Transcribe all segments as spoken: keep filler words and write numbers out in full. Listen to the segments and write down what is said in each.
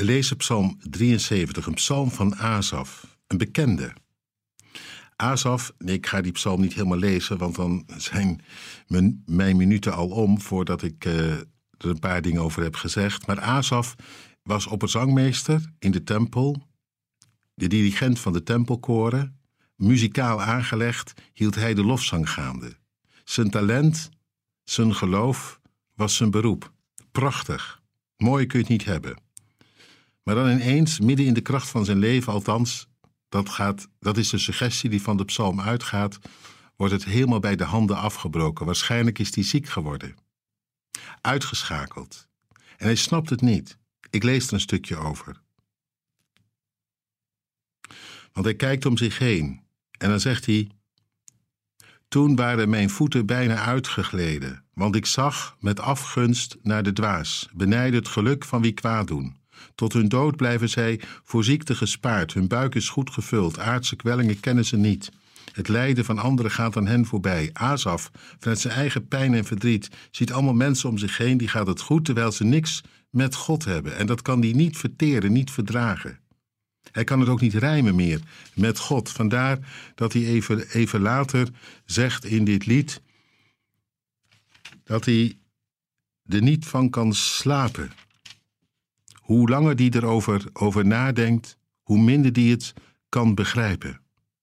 We lezen Psalm drieënzeventig, een psalm van Asaf, een bekende. Asaf, nee, ik ga die psalm niet helemaal lezen, want dan zijn mijn, mijn minuten al om voordat ik uh, er een paar dingen over heb gezegd. Maar Asaf was opperzangmeester in de tempel, de dirigent van de tempelkoren. Muzikaal aangelegd hield hij de lofzang gaande. Zijn talent, zijn geloof was zijn beroep. Prachtig. Mooi kun je het niet hebben. Maar dan ineens, midden in de kracht van zijn leven, althans, dat, gaat, dat is de suggestie die van de psalm uitgaat, wordt het helemaal bij de handen afgebroken. Waarschijnlijk is hij ziek geworden. Uitgeschakeld. En hij snapt het niet. Ik lees er een stukje over. Want hij kijkt om zich heen. En dan zegt hij: toen waren mijn voeten bijna uitgegleden, want ik zag met afgunst naar de dwaas, benijdde het geluk van wie kwaad doen. Tot hun dood blijven zij voor ziekte gespaard, hun buik is goed gevuld, aardse kwellingen kennen ze niet. Het lijden van anderen gaat aan hen voorbij. Asaf, vanuit zijn eigen pijn en verdriet, ziet allemaal mensen om zich heen, die gaat het goed, terwijl ze niks met God hebben. En dat kan hij niet verteren, niet verdragen. Hij kan het ook niet rijmen meer met God. Vandaar dat hij even, even later zegt in dit lied dat hij er niet van kan slapen. Hoe langer hij erover over nadenkt, hoe minder hij het kan begrijpen.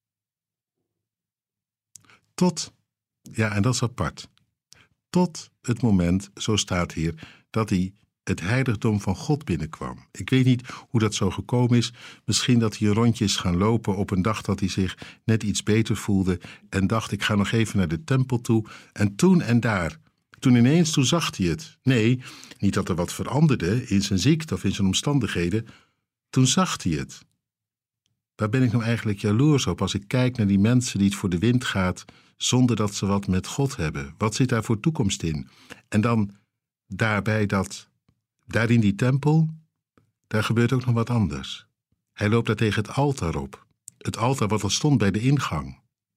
Tot, ja, en dat is apart, tot het moment, zo staat hier, dat hij het heiligdom van God binnenkwam. Ik weet niet hoe dat zo gekomen is. Misschien dat hij een rondje is gaan lopen op een dag dat hij zich net iets beter voelde en dacht, ik ga nog even naar de tempel toe. En toen en daar, toen ineens, toen zag hij het. Nee, niet dat er wat veranderde in zijn ziekte of in zijn omstandigheden. Toen zag hij het. Waar ben ik nou eigenlijk jaloers op als ik kijk naar die mensen die het voor de wind gaat zonder dat ze wat met God hebben? Wat zit daar voor toekomst in? En dan daarbij dat, daar in die tempel, daar gebeurt ook nog wat anders. Hij loopt daar tegen het altaar op. Het altaar wat al stond bij de ingang.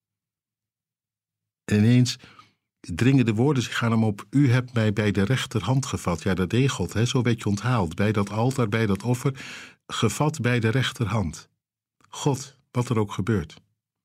En ineens dringen de woorden zich aan hem op: u hebt mij bij de rechterhand gevat. Ja, dat deed God, hè? Zo werd je onthaald. Bij dat altaar, bij dat offer, gevat bij de rechterhand. God, wat er ook gebeurt.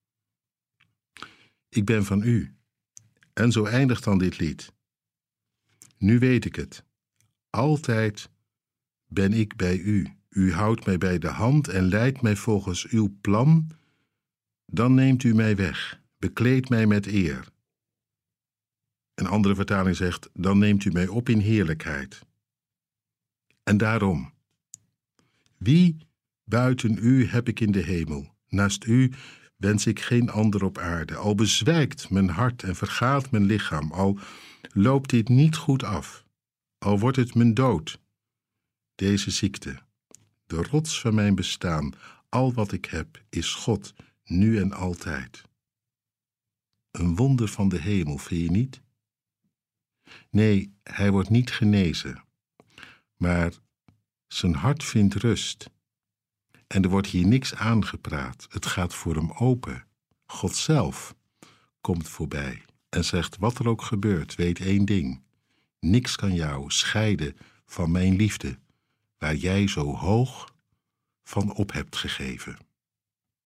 Ik ben van u. En zo eindigt dan dit lied. Nu weet ik het. Altijd ben ik bij u. U houdt mij bij de hand en leidt mij volgens uw plan. Dan neemt u mij weg, bekleedt mij met eer. Een andere vertaling zegt, dan neemt u mij op in heerlijkheid. En daarom, wie buiten u heb ik in de hemel? Naast u wens ik geen ander op aarde. Al bezwijkt mijn hart en vergaat mijn lichaam, al loopt dit niet goed af, al wordt het mijn dood, deze ziekte, de rots van mijn bestaan, al wat ik heb, is God, nu en altijd. Een wonder van de hemel, vind je niet? Nee, hij wordt niet genezen, maar zijn hart vindt rust. En er wordt hier niks aangepraat, het gaat voor hem open. God zelf komt voorbij en zegt, wat er ook gebeurt, weet één ding. Niks kan jou scheiden van mijn liefde, waar jij zo hoog van op hebt gegeven.